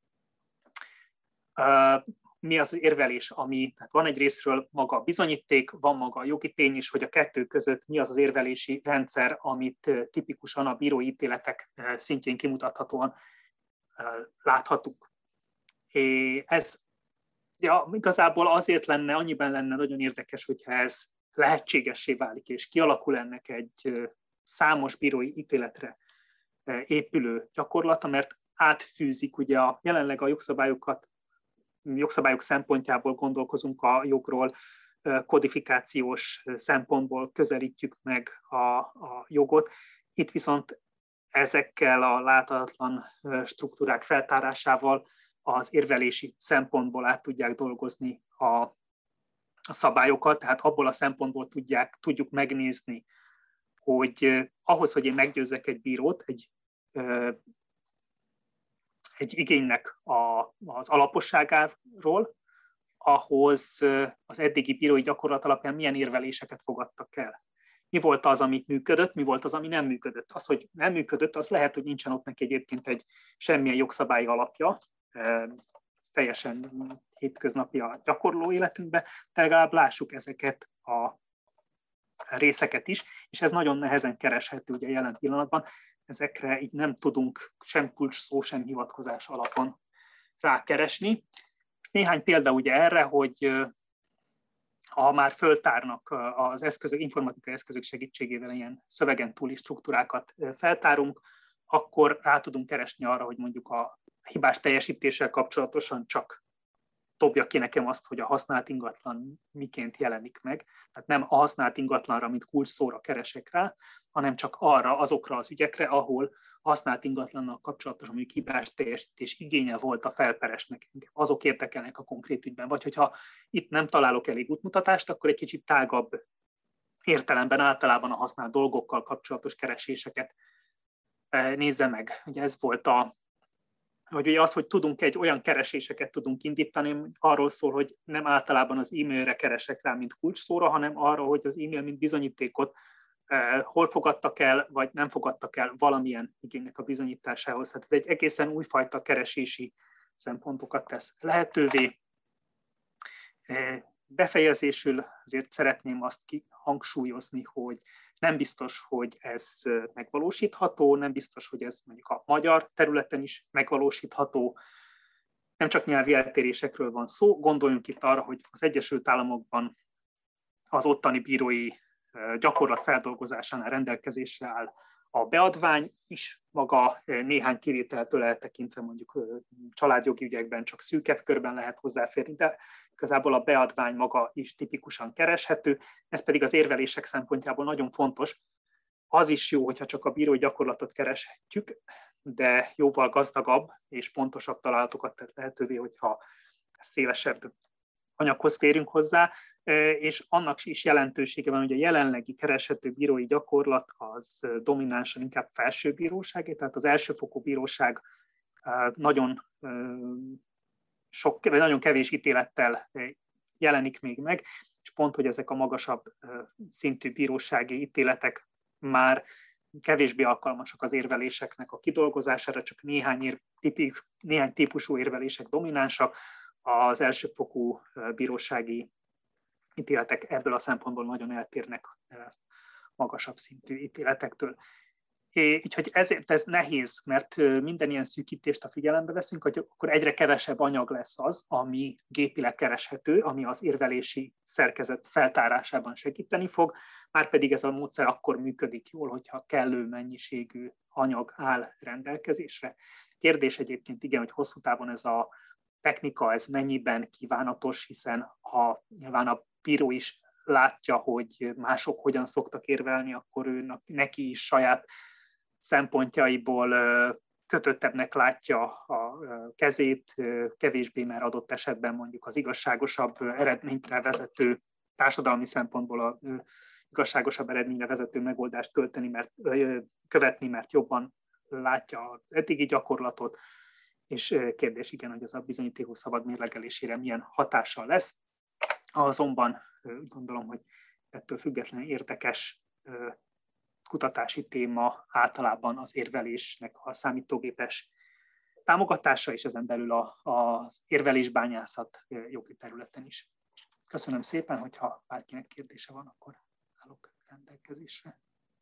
uh, mi az érvelés, ami, tehát van egy részről maga a bizonyíték, van maga a jogi tény is, hogy a kettő között mi az az érvelési rendszer, amit tipikusan a bírói ítéletek szintjén kimutathatóan láthatunk. És ez ja, igazából azért lenne, annyiben lenne nagyon érdekes, hogyha ez lehetségessé válik, és kialakul ennek egy számos bírói ítéletre épülő gyakorlata, mert átfűzik ugye a, jelenleg a jogszabályokat, jogszabályok szempontjából gondolkozunk a jogról, kodifikációs szempontból közelítjük meg a, a jogot. Itt viszont ezekkel a láthatatlan struktúrák feltárásával az érvelési szempontból át tudják dolgozni a, a szabályokat, tehát abból a szempontból tudják, tudjuk megnézni, hogy ahhoz, hogy én meggyőzzek egy bírót, egy, egy igénynek a, az alaposságáról, ahhoz az eddigi bírói gyakorlat alapján milyen érveléseket fogadtak el. Mi volt az, amit működött, mi volt az, ami nem működött. Az, hogy nem működött, az lehet, hogy nincsen ott neki egyébként egy semmilyen jogszabályi alapja, ez teljesen hétköznapi a gyakorló életünkben, de legalább lássuk ezeket a részeket is, és ez nagyon nehezen kereshető ugye jelen pillanatban. Ezekre így nem tudunk sem kulcs szó, sem hivatkozás alapon rákeresni. Néhány példa ugye erre, hogy ha már föltárnak az eszközök, informatikai eszközök segítségével ilyen szövegen túli struktúrákat feltárunk, akkor rá tudunk keresni arra, hogy mondjuk a hibás teljesítéssel kapcsolatosan csak dobja ki nekem azt, hogy a használt ingatlan miként jelenik meg. Tehát nem a használt ingatlanra, mint kulcsszóra keresek rá, hanem csak arra, azokra az ügyekre, ahol a használt ingatlannal kapcsolatosan mondjuk hibás teljesítés igénye volt a felperesnek. Azok érdekelnek a konkrét ügyben. Vagy hogyha itt nem találok elég útmutatást, akkor egy kicsit tágabb értelemben általában a használt dolgokkal kapcsolatos kereséseket nézze meg. Ugye ez volt a hogy ugye az, hogy tudunk egy olyan kereséseket tudunk indítani, arról szól, hogy nem általában az e-mailre keresek rá, mint kulcsszóra, hanem arra, hogy az e-mail, mint bizonyítékot eh, hol fogadtak el, vagy nem fogadtak el valamilyen igénynek a bizonyításához. Tehát ez egy egészen újfajta keresési szempontokat tesz lehetővé. Eh, befejezésül azért szeretném azt hangsúlyozni, hogy nem biztos, hogy ez megvalósítható, nem biztos, hogy ez mondjuk a magyar területen is megvalósítható. Nem csak nyelvi eltérésekről van szó, gondoljunk itt arra, hogy az Egyesült Államokban az ottani bírói gyakorlat feldolgozásánál rendelkezésre áll a beadvány is, maga néhány kivételtől eltekintve mondjuk családjogi ügyekben csak szűkebb körben lehet hozzáférni, de igazából a beadvány maga is tipikusan kereshető, ez pedig az érvelések szempontjából nagyon fontos. Az is jó, hogyha csak a bírói gyakorlatot kereshetjük, de jóval gazdagabb és pontosabb találatokat tett lehetővé, hogyha szélesebb anyaghoz férünk hozzá, és annak is jelentősége van, hogy a jelenlegi kereshető bírói gyakorlat az dominánsan inkább felsőbíróságé, tehát az elsőfokú bíróság nagyon sok, vagy nagyon kevés ítélettel jelenik még meg, és pont, hogy ezek a magasabb szintű bírósági ítéletek már kevésbé alkalmasak az érveléseknek a kidolgozására, csak néhány, ér, típus, néhány típusú érvelések dominánsak, az elsőfokú bírósági ítéletek ebből a szempontból nagyon eltérnek magasabb szintű ítéletektől. Úgyhogy ezért ez nehéz, mert minden ilyen szűkítést, ha figyelembe veszünk, hogy akkor egyre kevesebb anyag lesz az, ami gépileg kereshető, ami az érvelési szerkezet feltárásában segíteni fog, márpedig ez a módszer akkor működik jól, hogyha kellő mennyiségű anyag áll rendelkezésre. Kérdés egyébként igen, hogy hosszú távon ez a technika, ez mennyiben kívánatos, hiszen ha nyilván a bíró is látja, hogy mások hogyan szoktak érvelni, akkor ő neki is saját szempontjaiból kötöttebbnek látja a kezét, kevésbé már adott esetben mondjuk az igazságosabb eredményre vezető, társadalmi szempontból a igazságosabb eredményre vezető megoldást költeni, mert, követni, mert jobban látja az eddigi gyakorlatot, és kérdés igen, hogy ez a bizonyítékok szabad mérlegelésére milyen hatással lesz. Azonban úgy gondolom, hogy ettől függetlenül érdekes kutatási téma általában az érvelésnek a számítógépes támogatása, és ezen belül az érvelésbányászat jogi területen is. Köszönöm szépen, hogyha bárkinek kérdése van, akkor állok rendelkezésre.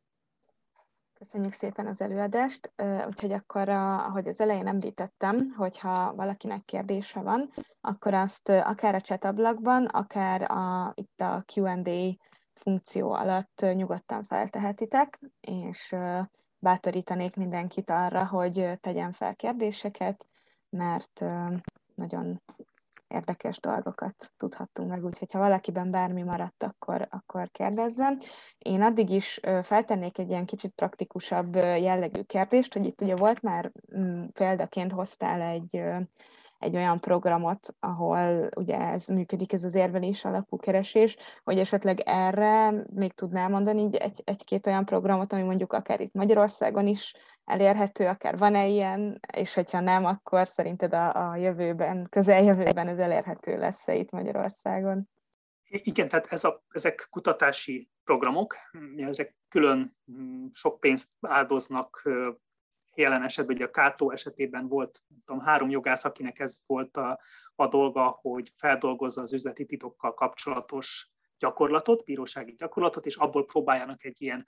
Köszönjük szépen az előadást. Úgyhogy akkor, ahogy az elején említettem, hogyha valakinek kérdése van, akkor azt akár a chat ablakban, akár a, itt a Q and A funkció alatt nyugodtan feltehetitek, és bátorítanék mindenkit arra, hogy tegyen fel kérdéseket, mert nagyon érdekes dolgokat tudhattunk meg, úgyhogy ha valakiben bármi maradt, akkor, akkor kérdezzen. Én addig is feltennék egy ilyen kicsit praktikusabb jellegű kérdést, hogy itt ugye volt már példaként hoztál egy, egy olyan programot, ahol ugye ez működik, ez az érvelés alapú keresés, hogy esetleg erre még tudnál mondani egy, egy-két olyan programot, ami mondjuk akár itt Magyarországon is elérhető, akár van-e ilyen, és hogyha nem, akkor szerinted a, a jövőben, közeljövőben ez elérhető lesz-e itt Magyarországon? Igen, tehát ez a, ezek kutatási programok, ezek külön sok pénzt áldoznak. Jelen esetben, ugye a Kátó esetében volt tudom, három jogász, akinek ez volt a, a dolga, hogy feldolgozza az üzleti titokkal kapcsolatos gyakorlatot, bírósági gyakorlatot, és abból próbáljanak egy ilyen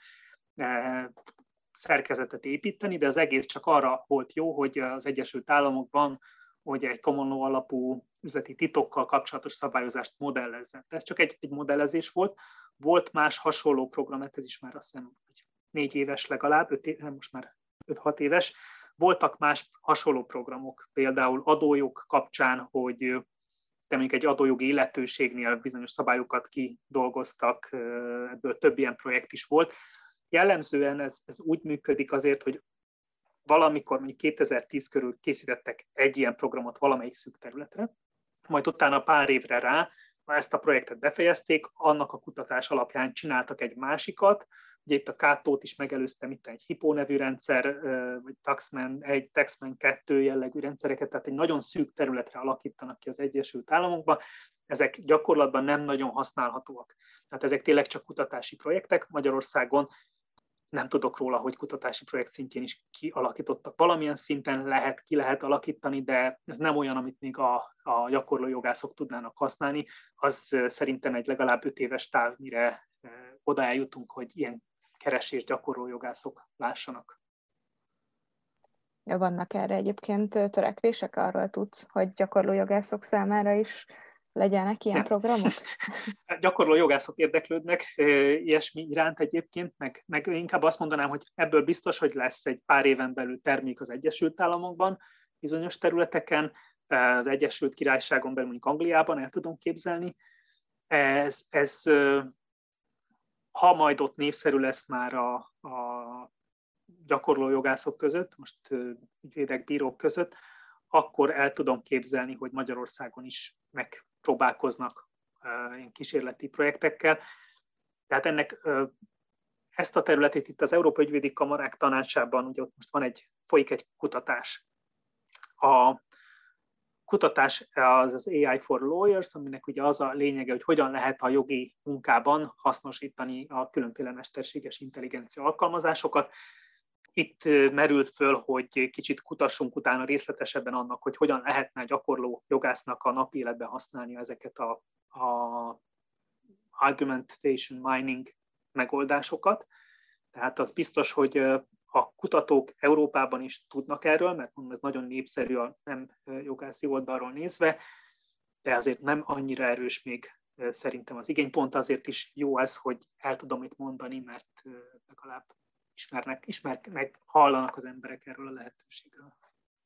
e, szerkezetet építeni, de az egész csak arra volt jó, hogy az Egyesült Államokban hogy egy common law alapú üzleti titokkal kapcsolatos szabályozást modellezzen. Ez csak egy, egy modellezés volt. Volt más hasonló program, ez is már azt hiszem négy éves legalább, öt év, most már öt-hat éves. Voltak más hasonló programok, például adójog kapcsán, hogy de mondjuk egy adójogi illetőségnél bizonyos szabályokat kidolgoztak, ebből több ilyen projekt is volt. Jellemzően ez, ez úgy működik azért, hogy valamikor mondjuk kétezer-tíz körül készítettek egy ilyen programot valamelyik szűk területre, majd utána pár évre rá, ha ezt a projektet befejezték, annak a kutatás alapján csináltak egy másikat. Ugye itt a Kátót is megelőztem, itt egy Hippo nevű rendszer, vagy Taxman egy, Taxman kettő jellegű rendszereket, tehát egy nagyon szűk területre alakítanak ki az Egyesült Államokban. Ezek gyakorlatban nem nagyon használhatóak. Tehát ezek tényleg csak kutatási projektek. Magyarországon nem tudok róla, hogy kutatási projekt szintjén is kialakítottak. Valamilyen szinten lehet, ki lehet alakítani, de ez nem olyan, amit még a, a gyakorló jogászok tudnának használni. Az szerintem egy legalább öt éves táv, mire oda eljutunk, hogy ilyen keresés gyakorló jogászok lássanak. Ja, vannak erre egyébként törekvések? Arról tudsz, hogy gyakorló jogászok számára is legyenek ilyen nem. programok? Gyakorló jogászok érdeklődnek ilyesmi iránt egyébként, meg, meg inkább azt mondanám, hogy ebből biztos, hogy lesz egy pár éven belül termék az Egyesült Államokban, bizonyos területeken, az Egyesült Királyságon belül, mondjuk Angliában el tudom képzelni. Ez, ez ha majd ott népszerű lesz már a, a gyakorló jogászok között, most ügyvédek, bírók között, akkor el tudom képzelni, hogy Magyarországon is megpróbálkoznak ilyen kísérleti projektekkel. Tehát ennek ezt a területét itt az Európai Ügyvédi Kamarák Tanácsában, ugye ott most van egy, folyik egy kutatás. A kutatás az az á i for Lawyers, aminek ugye az a lényege, hogy hogyan lehet a jogi munkában hasznosítani a különféle mesterséges intelligencia alkalmazásokat. Itt merült föl, hogy kicsit kutassunk utána részletesebben annak, hogy hogyan lehetne gyakorló jogásznak a napi életben használni ezeket a, a argumentation mining megoldásokat. Tehát az biztos, hogy a kutatók Európában is tudnak erről, mert mondom, ez nagyon népszerű a nem jogászi oldalról nézve, de azért nem annyira erős még szerintem az igény. Pont azért is jó ez, hogy el tudom itt mondani, mert legalább ismernek, ismernek, hallanak az emberek erről a lehetőségről.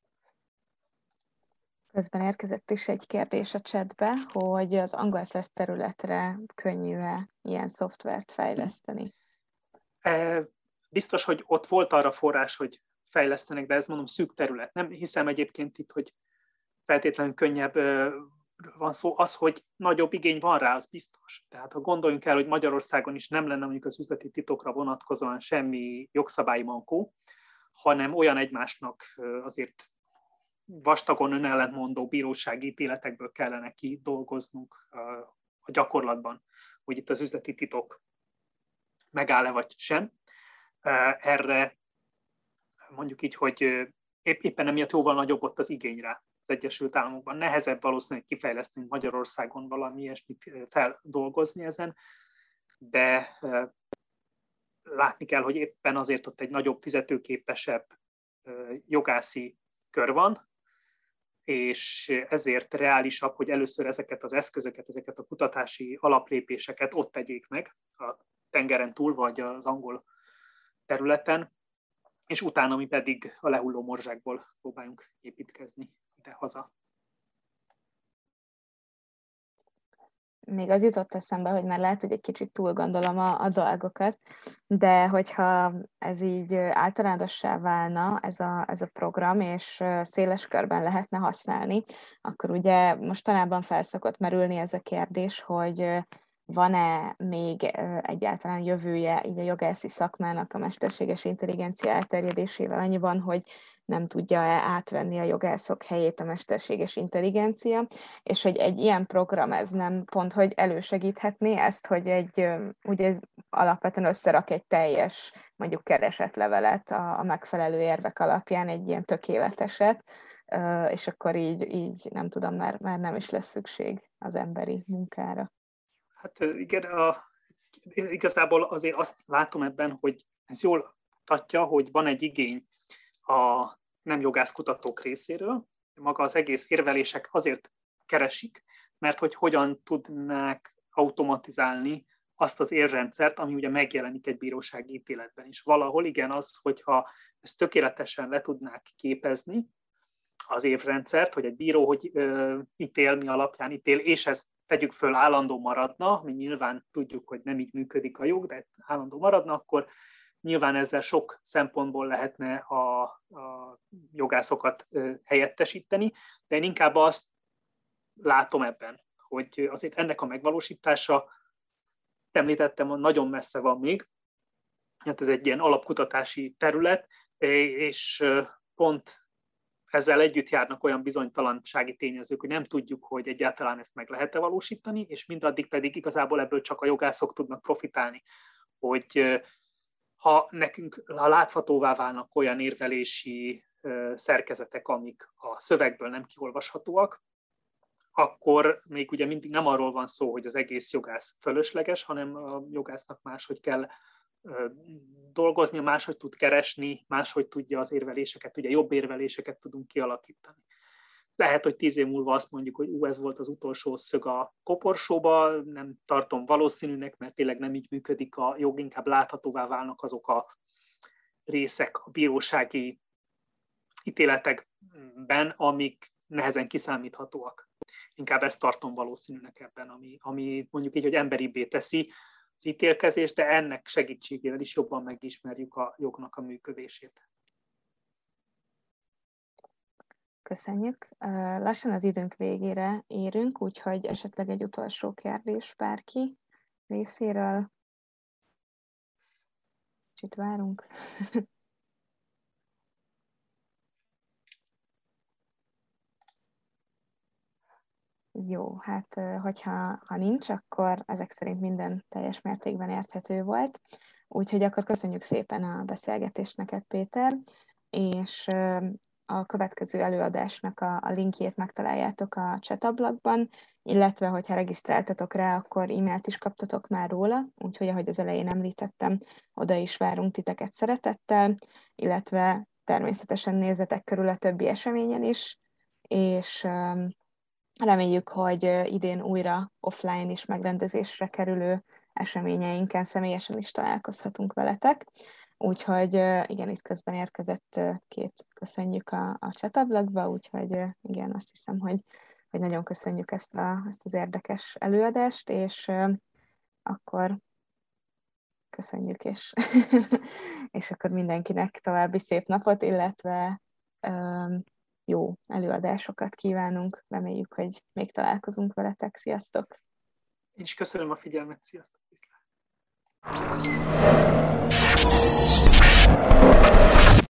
Közben érkezett is egy kérdés a chatbe, hogy az angol száz területre könnyű-e ilyen szoftvert fejleszteni? Biztos, hogy ott volt arra forrás, hogy fejlesztenek, de ez mondom szűk terület. Nem hiszem egyébként itt, hogy feltétlenül könnyebb van szó. Az, hogy nagyobb igény van rá, az biztos. Tehát ha gondoljunk el, hogy Magyarországon is nem lenne mondjuk az üzleti titokra vonatkozóan semmi jogszabályi mankó, hanem olyan egymásnak azért vastagon önellentmondó bírósági ítéletekből kellene kidolgoznunk a gyakorlatban hogy itt az üzleti titok megáll-e vagy sem. Erre mondjuk így, hogy épp, éppen emiatt jóval nagyobb ott az igény rá az Egyesült Államokban. Nehezebb valószínűleg kifejleszteni Magyarországon valami ilyesmit feldolgozni ezen, de látni kell, hogy éppen azért ott egy nagyobb, fizetőképesebb jogászi kör van, és ezért reálisabb, hogy először ezeket az eszközöket, ezeket a kutatási alaplépéseket ott tegyék meg, a tengeren túl, vagy az angol területen, és utána mi pedig a lehulló morzsákból próbáljunk építkezni ide-haza. Még az jutott eszembe, hogy már lehet, hogy egy kicsit túl gondolom a, a dolgokat, de hogyha ez így általánossá válna ez a, ez a program, és széles körben lehetne használni, akkor ugye mostanában felszokott merülni ez a kérdés, hogy van-e még egyáltalán jövője így a jogászi szakmának a mesterséges intelligencia elterjedésével annyiban, hogy nem tudja-e átvenni a jogászok helyét a mesterséges intelligencia, és hogy egy ilyen program ez nem pont, hogy elősegíthetné ezt, hogy egy, ugye ez alapvetően összerak egy teljes, mondjuk keresetlevelet a, a megfelelő érvek alapján, egy ilyen tökéleteset, és akkor így, így nem tudom, már, már nem is lesz szükség az emberi munkára. Hát igen, a, igazából azért azt látom ebben, hogy ez jól mutatja, hogy van egy igény a nem jogászkutatók részéről. Maga az egész érvelések azért keresik, mert hogy hogyan tudnák automatizálni azt az érrendszert, ami ugye megjelenik egy bírósági ítéletben is. Valahol igen az, hogyha ezt tökéletesen le tudnák képezni, az érrendszert, hogy egy bíró hogy ö, ítél, mi alapján ítél, és ezt tegyük föl állandó maradna, mi nyilván tudjuk, hogy nem így működik a jog, de állandó maradna, akkor nyilván ezzel sok szempontból lehetne a, a jogászokat helyettesíteni, de én inkább azt látom ebben, hogy azért ennek a megvalósítása, említettem, nagyon messze van még, hát ez egy ilyen alapkutatási terület, és pont ezzel együtt járnak olyan bizonytalansági tényezők, hogy nem tudjuk, hogy egyáltalán ezt meg lehet-e valósítani, és mindaddig pedig igazából ebből csak a jogászok tudnak profitálni, hogy ha nekünk ha láthatóvá válnak olyan érvelési szerkezetek, amik a szövegből nem kiolvashatóak, akkor még ugye mindig nem arról van szó, hogy az egész jogász fölösleges, hanem a jogásznak máshogy kell dolgozni, máshogy tud keresni, máshogy tudja az érveléseket, ugye jobb érveléseket tudunk kialakítani. Lehet, hogy tíz év múlva azt mondjuk, hogy ú, ez volt az utolsó szög a koporsóba, nem tartom valószínűnek, mert tényleg nem így működik a jog, inkább láthatóvá válnak azok a részek a bírósági ítéletekben, amik nehezen kiszámíthatóak. Inkább ezt tartom valószínűnek ebben, ami, ami mondjuk így, hogy emberibbé teszi az ítélkezést, de ennek segítségével is jobban megismerjük a jognak a működését. Köszönjük. Lassan az időnk végére érünk, úgyhogy esetleg egy utolsó kérdés bárki részéről. Kicsit várunk. Jó, hát hogyha ha nincs, akkor ezek szerint minden teljes mértékben érthető volt. Úgyhogy akkor köszönjük szépen a beszélgetést neked, Péter, és a következő előadásnak a, a linkjét megtaláljátok a chatablakban, illetve hogyha regisztráltatok rá, akkor e-mailt is kaptatok már róla, úgyhogy ahogy az elején említettem, oda is várunk titeket szeretettel, illetve természetesen nézzetek körül a többi eseményen is, és reméljük, hogy idén újra offline is megrendezésre kerülő eseményeinken személyesen is találkozhatunk veletek. Úgyhogy igen, itt közben érkezett két köszönjük a, a chatablakba, úgyhogy igen, azt hiszem, hogy, hogy nagyon köszönjük ezt, a, ezt az érdekes előadást, és akkor köszönjük, és, és akkor mindenkinek további szép napot, illetve jó előadásokat kívánunk. Reméljük, hogy még találkozunk veletek. Sziasztok! Én is köszönöm a figyelmet. Sziasztok!